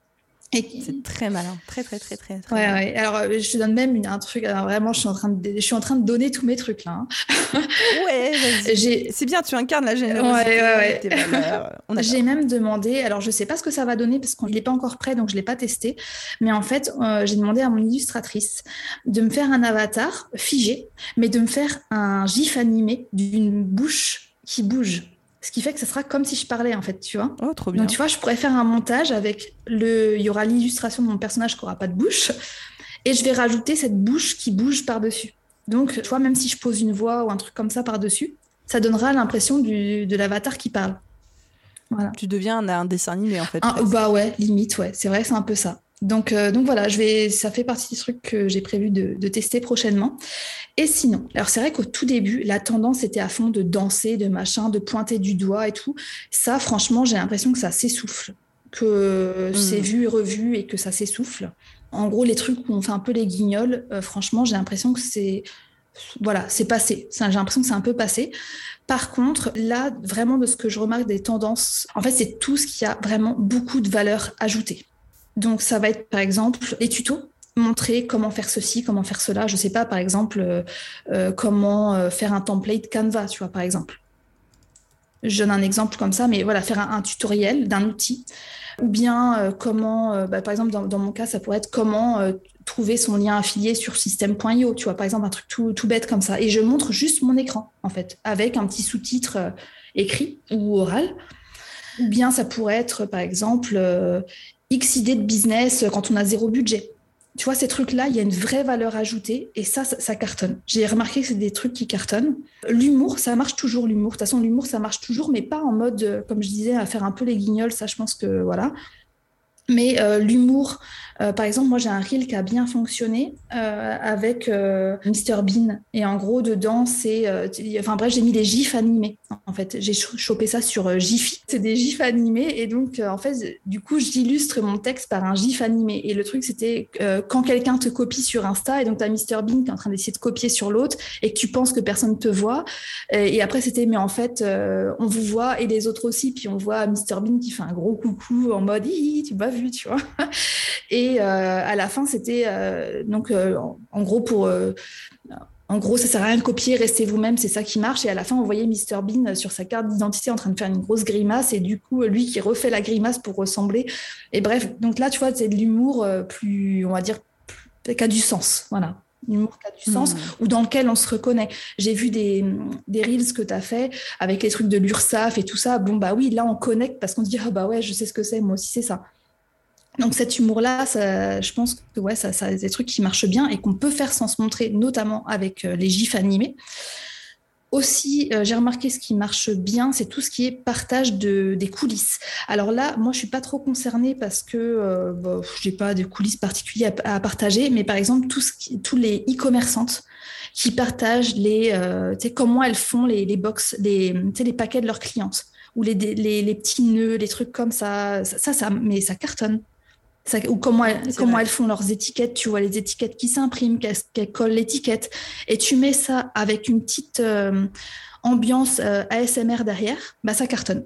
Et qui... C'est très malin, très, très, très, très, très ouais, malin. Ouais. Alors, je te donne même une, un truc, alors vraiment, je suis en train de, je suis en train de donner tous mes trucs, là. Hein. Ouais, vas-y. J'ai... C'est bien, tu incarnes la générosité, ouais, ouais, ouais. tes valeurs. On J'ai même demandé, alors je sais pas ce que ça va donner parce qu'il n'est pas encore prêt, donc je l'ai pas testé, mais en fait, euh, j'ai demandé à mon illustratrice de me faire un avatar figé, mais de me faire un gif animé d'une bouche qui bouge. Ce qui fait que ça sera comme si je parlais, en fait, tu vois. Oh, trop bien. Donc, tu vois, je pourrais faire un montage avec le... Il y aura l'illustration de mon personnage qui n'aura pas de bouche, et je vais rajouter cette bouche qui bouge par-dessus. Donc, tu vois, même si je pose une voix ou un truc comme ça par-dessus, ça donnera l'impression du... de l'avatar qui parle. Voilà. Tu deviens un, un dessin animé, en fait. Ah, bah ouais, limite, ouais. C'est vrai, c'est un peu ça. Donc, euh, donc voilà, je vais, ça fait partie des trucs que j'ai prévu de, de tester prochainement. Et sinon, alors c'est vrai qu'au tout début, la tendance était à fond de danser, de machin, de pointer du doigt et tout. Ça, franchement, j'ai l'impression que ça s'essouffle, que mmh. c'est vu et revu et que ça s'essouffle. En gros, les trucs où on fait un peu les guignols, euh, franchement, j'ai l'impression que c'est... Voilà, c'est passé. J'ai l'impression que c'est un peu passé. Par contre, là, vraiment, de ce que je remarque des tendances, en fait, c'est tout ce qui a vraiment beaucoup de valeur ajoutée. Donc, ça va être, par exemple, les tutos. Montrer comment faire ceci, comment faire cela. Je ne sais pas, par exemple, euh, euh, comment euh, faire un template Canva, tu vois, par exemple. Je donne un exemple comme ça, mais voilà, faire un, un tutoriel d'un outil. Ou bien, euh, comment, euh, bah, par exemple, dans, dans mon cas, ça pourrait être comment euh, trouver son lien affilié sur système point io, tu vois, par exemple, un truc tout, tout bête comme ça. Et je montre juste mon écran, en fait, avec un petit sous-titre euh, écrit ou oral. Ou bien, ça pourrait être, par exemple, euh, X idées de business quand on a zéro budget. Tu vois, ces trucs-là, il y a une vraie valeur ajoutée et ça, ça, ça cartonne. J'ai remarqué que c'est des trucs qui cartonnent. L'humour, ça marche toujours, l'humour. De toute façon, l'humour, ça marche toujours, mais pas en mode, comme je disais, à faire un peu les guignols. Ça, je pense que, voilà. Mais euh, l'humour, euh, par exemple, moi, j'ai un reel qui a bien fonctionné euh, avec euh, mister Bean. Et en gros, dedans, c'est... Euh, enfin bref, j'ai mis des gifs animés, en fait. J'ai chopé ça sur euh, Giphy. C'est des gifs animés. Et donc, euh, en fait, du coup, j'illustre mon texte par un gif animé. Et le truc, c'était euh, quand quelqu'un te copie sur Insta, et donc tu as mister Bean qui est en train d'essayer de copier sur l'autre, et que tu penses que personne ne te voit. Et, et après, c'était, mais en fait, euh, on vous voit, et les autres aussi. Puis on voit mister Bean qui fait un gros coucou en mode « Hi, tu m'as vu ?» tu vois. Et euh, à la fin, c'était euh, donc euh, en, en gros pour euh, En gros, ça sert à rien de copier, restez vous-même, c'est ça qui marche. Et à la fin, on voyait mister Bean sur sa carte d'identité en train de faire une grosse grimace et du coup, lui qui refait la grimace pour ressembler. Et bref, donc là, tu vois, c'est de l'humour plus, on va dire, plus, qui a du sens. Voilà. L'humour qui a du sens, mmh. ou dans lequel on se reconnaît. J'ai vu des, des reels que tu as fait avec les trucs de l'URSSAF et tout ça. Bon, bah oui, là, on connecte parce qu'on se dit, ah bah ouais, je sais ce que c'est, moi aussi, c'est ça. Donc cet humour-là, ça, je pense que ouais, ça, ça, c'est des trucs qui marchent bien et qu'on peut faire sans se montrer, notamment avec euh, les gifs animés. Aussi, euh, j'ai remarqué ce qui marche bien, c'est tout ce qui est partage de, des coulisses. Alors là, moi, je suis pas trop concernée parce que euh, bah, j'ai pas de coulisses particulières à, à partager, mais par exemple, tout ce qui, tous les e-commerçantes qui partagent les, euh, tu sais, comment elles font les, les box, les, tu sais, les paquets de leurs clientes ou les, les, les petits nœuds, les trucs comme ça, ça, ça, ça mais ça cartonne. Ça, ou comment, elles, comment elles font leurs étiquettes, tu vois les étiquettes qui s'impriment, qu'elles, qu'elles collent l'étiquette, et tu mets ça avec une petite euh, ambiance euh, A S M R derrière, bah ça cartonne.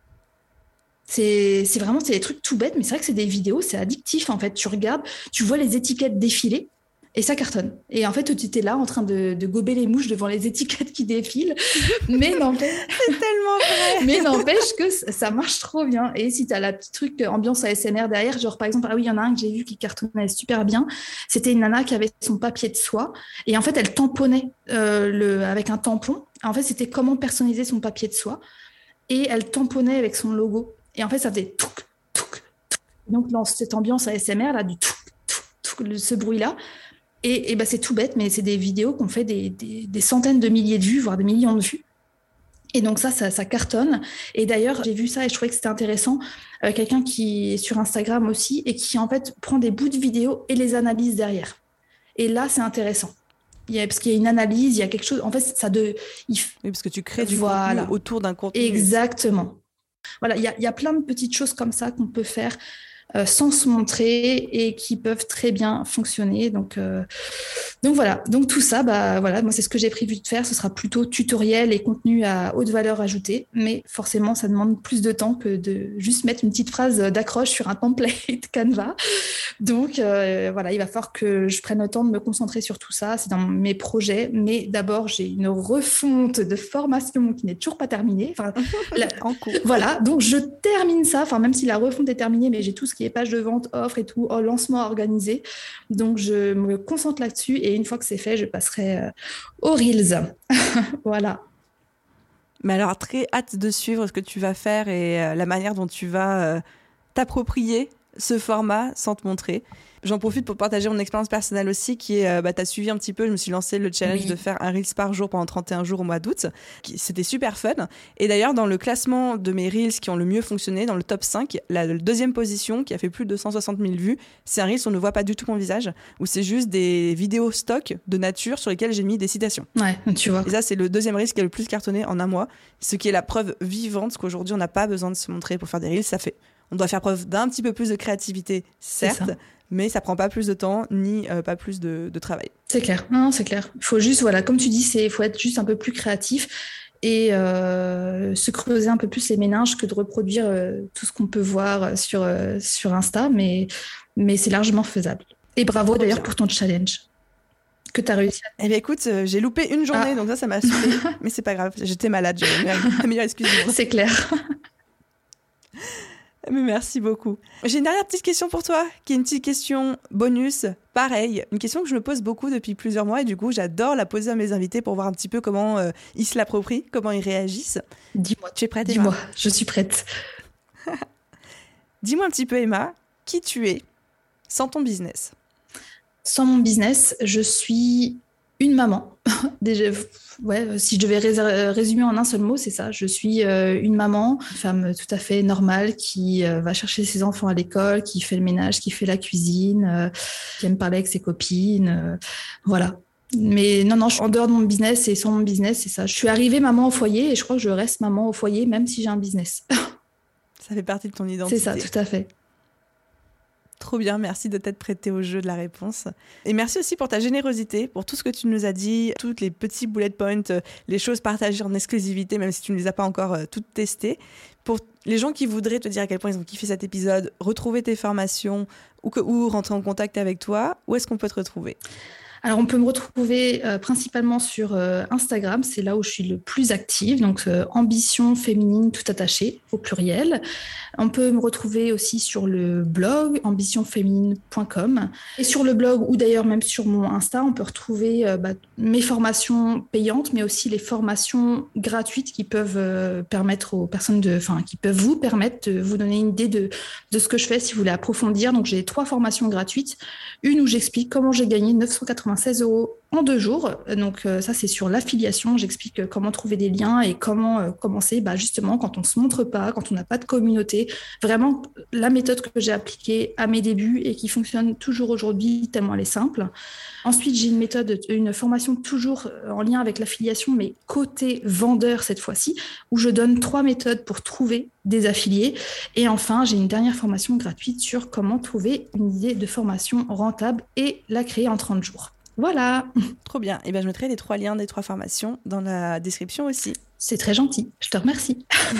C'est, c'est vraiment c'est des trucs tout bêtes, mais c'est vrai que c'est des vidéos, c'est addictif en fait. Tu regardes, tu vois les étiquettes défiler, et ça cartonne. Et en fait, tu étais là en train de, de gober les mouches devant les étiquettes qui défilent. Mais n'empêche... C'est tellement vrai. Mais n'empêche que ça marche trop bien. Et si tu as la petite truc ambiance A S M R derrière, genre par exemple, ah oui, il y en a un que j'ai vu qui cartonnait super bien. C'était une nana qui avait son papier de soie. Et en fait, elle tamponnait euh, le, avec un tampon. En fait, c'était comment personnaliser son papier de soie. Et elle tamponnait avec son logo. Et en fait, ça faisait touk, touk, touk. Donc, dans cette ambiance A S M R, là, du touk, touk, touk, ce bruit-là. Et, et ben, c'est tout bête, mais c'est des vidéos qu'on fait des, des, des centaines de milliers de vues, voire des millions de vues. Et donc ça, ça, ça cartonne. Et d'ailleurs, j'ai vu ça et je trouvais que c'était intéressant. Euh, quelqu'un qui est sur Instagram aussi et qui, en fait, prend des bouts de vidéos et les analyse derrière. Et là, c'est intéressant. Il y a, parce qu'il y a une analyse, il y a quelque chose... En fait, ça de... Il... Oui, parce que tu crées du voilà. contenu autour d'un contenu. Exactement. Voilà, il y a, il y a plein de petites choses comme ça qu'on peut faire Euh, sans se montrer et qui peuvent très bien fonctionner. Donc, euh, donc voilà. Donc tout ça, bah voilà, moi c'est ce que j'ai prévu de faire. Ce sera plutôt tutoriel et contenu à haute valeur ajoutée, mais forcément ça demande plus de temps que de juste mettre une petite phrase d'accroche sur un template Canva. Donc euh, voilà, il va falloir que je prenne le temps de me concentrer sur tout ça. C'est dans mes projets, mais d'abord j'ai une refonte de formation qui n'est toujours pas terminée. Enfin, la... en cours. Voilà, donc je termine ça. Enfin même si la refonte est terminée, mais j'ai tout ce qui est page de vente, offre et tout, au lancement organisé. Donc, je me concentre là-dessus et une fois que c'est fait, je passerai euh, aux Reels. Voilà. Mais alors, très hâte de suivre ce que tu vas faire et euh, la manière dont tu vas euh, t'approprier ce format sans te montrer. J'en profite pour partager mon expérience personnelle aussi, qui est, euh, bah, t'as suivi un petit peu, je me suis lancé le challenge oui. de faire un Reels par jour pendant trente et un jours au mois d'août. C'était super fun. Et d'ailleurs, dans le classement de mes Reels qui ont le mieux fonctionné, dans le top cinq, la deuxième position, qui a fait plus de cent soixante mille vues, c'est un Reels où on ne voit pas du tout mon visage, où c'est juste des vidéos stock de nature sur lesquelles j'ai mis des citations. Ouais, tu vois. Et ça, c'est le deuxième Reels qui a le plus cartonné en un mois, ce qui est la preuve vivante qu'aujourd'hui, on n'a pas besoin de se montrer pour faire des Reels. Ça fait... On doit faire preuve d'un petit peu plus de créativité, certes, mais ça prend pas plus de temps ni euh, pas plus de, de travail. C'est clair, non, c'est clair. Il faut juste, voilà, comme tu dis, il faut être juste un peu plus créatif et euh, se creuser un peu plus les méninges que de reproduire euh, tout ce qu'on peut voir sur, euh, sur Insta, mais, mais c'est largement faisable. Et bravo Trop d'ailleurs bien. Pour ton challenge que tu as réussi. Eh bien écoute, euh, j'ai loupé une journée, ah. donc ça, ça m'a saoulée, mais c'est pas grave, j'étais malade, j'avais la meilleure excuse du monde. C'est clair. Mais merci beaucoup. J'ai une dernière petite question pour toi, qui est une petite question bonus, pareil, une question que je me pose beaucoup depuis plusieurs mois et du coup j'adore la poser à mes invités pour voir un petit peu comment euh, ils se l'approprient, comment ils réagissent. Dis-moi. Tu es prête, Dis-moi, Emma ? Je suis prête. Dis-moi un petit peu, Emma, qui tu es sans ton business ? Sans mon business, je suis une maman. Déjà, ouais, si je devais rés- résumer en un seul mot, c'est ça. Je suis euh, une maman, une femme tout à fait normale qui euh, va chercher ses enfants à l'école, qui fait le ménage, qui fait la cuisine, euh, qui aime parler avec ses copines. Euh, voilà. Mais non, non, je suis en dehors de mon business et sans mon business, c'est ça. Je suis arrivée maman au foyer et je crois que je reste maman au foyer même si j'ai un business. Ça fait partie de ton identité. C'est ça, tout à fait. Trop bien, merci de t'être prêté au jeu de la réponse. Et merci aussi pour ta générosité, pour tout ce que tu nous as dit, toutes les petits bullet points, les choses partagées en exclusivité, même si tu ne les as pas encore euh, toutes testées. Pour les gens qui voudraient te dire à quel point ils ont kiffé cet épisode, retrouver tes formations ou, que, ou rentrer en contact avec toi, où est-ce qu'on peut te retrouver ? Alors, on peut me retrouver euh, principalement sur euh, Instagram, c'est là où je suis le plus active, donc euh, Ambition Féminine tout attaché au pluriel. On peut me retrouver aussi sur le blog ambition féminine point com et sur le blog ou d'ailleurs même sur mon Insta, on peut retrouver euh, bah, mes formations payantes, mais aussi les formations gratuites qui peuvent euh, permettre aux personnes de, enfin, qui peuvent vous permettre de vous donner une idée de, de ce que je fais si vous voulez approfondir. Donc, j'ai trois formations gratuites. Une où j'explique comment j'ai gagné neuf cent quatre-vingt-seize euros en deux jours. Donc, euh, ça, c'est sur l'affiliation. J'explique euh, comment trouver des liens et comment euh, commencer, bah, justement, quand on ne se montre pas, quand on n'a pas de communauté. Vraiment, la méthode que j'ai appliquée à mes débuts et qui fonctionne toujours aujourd'hui, tellement elle est simple. Ensuite, j'ai une méthode, une formation toujours en lien avec l'affiliation, mais côté vendeur cette fois-ci, où je donne trois méthodes pour trouver des affiliés. Et enfin, j'ai une dernière formation gratuite sur comment trouver une idée de formation rentable et la créer en trente jours. Voilà. Trop bien. Et bien, je mettrai les trois liens des trois formations dans la description aussi. C'est très gentil. Je te remercie.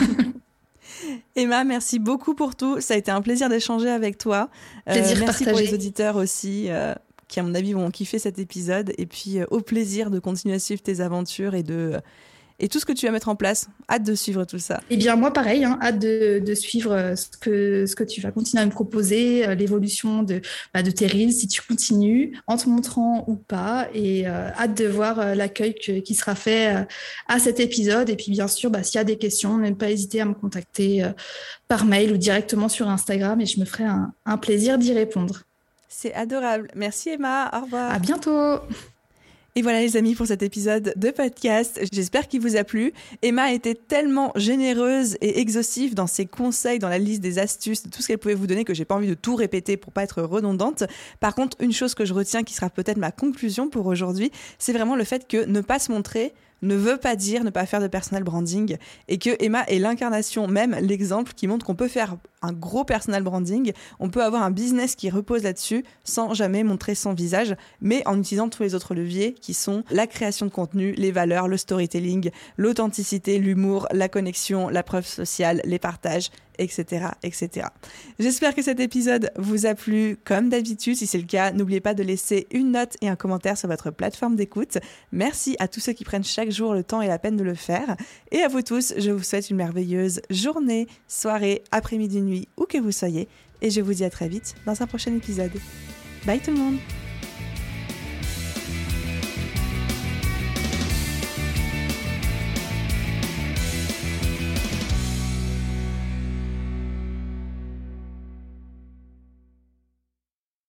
Emma, merci beaucoup pour tout. Ça a été un plaisir d'échanger avec toi. Plaisir euh, merci partagé. pour les auditeurs aussi, euh, qui à mon avis vont kiffer cet épisode. Et puis euh, au plaisir de continuer à suivre tes aventures et de... Euh, et tout ce que tu vas mettre en place. Hâte de suivre tout ça. Eh bien, moi, pareil, hein, hâte de, de suivre ce que, ce que tu vas continuer à me proposer, euh, l'évolution de, bah, de tes reels, si tu continues, en te montrant ou pas. Et euh, hâte de voir euh, l'accueil que, qui sera fait euh, à cet épisode. Et puis, bien sûr, bah, s'il y a des questions, ne pas hésiter à me contacter euh, par mail ou directement sur Instagram. Et je me ferai un, un plaisir d'y répondre. C'est adorable. Merci Emma. Au revoir. À bientôt. Et voilà les amis pour cet épisode de podcast, j'espère qu'il vous a plu. Emma a été tellement généreuse et exhaustive dans ses conseils, dans la liste des astuces, de tout ce qu'elle pouvait vous donner que j'ai pas envie de tout répéter pour pas être redondante. Par contre, une chose que je retiens qui sera peut-être ma conclusion pour aujourd'hui, c'est vraiment le fait que ne pas se montrer ne veut pas dire ne pas faire de personal branding et que Emma est l'incarnation, même l'exemple qui montre qu'on peut faire un gros personal branding, on peut avoir un business qui repose là-dessus sans jamais montrer son visage, mais en utilisant tous les autres leviers qui sont la création de contenu, les valeurs, le storytelling, l'authenticité, l'humour, la connexion, la preuve sociale, les partages, et cetera, et cetera. J'espère que cet épisode vous a plu comme d'habitude. Si c'est le cas, n'oubliez pas de laisser une note et un commentaire sur votre plateforme d'écoute. Merci à tous ceux qui prennent chaque jour le temps et la peine de le faire. Et à vous tous, je vous souhaite une merveilleuse journée, soirée, après-midi, nuit, où que vous soyez. Et je vous dis à très vite dans un prochain épisode. Bye tout le monde!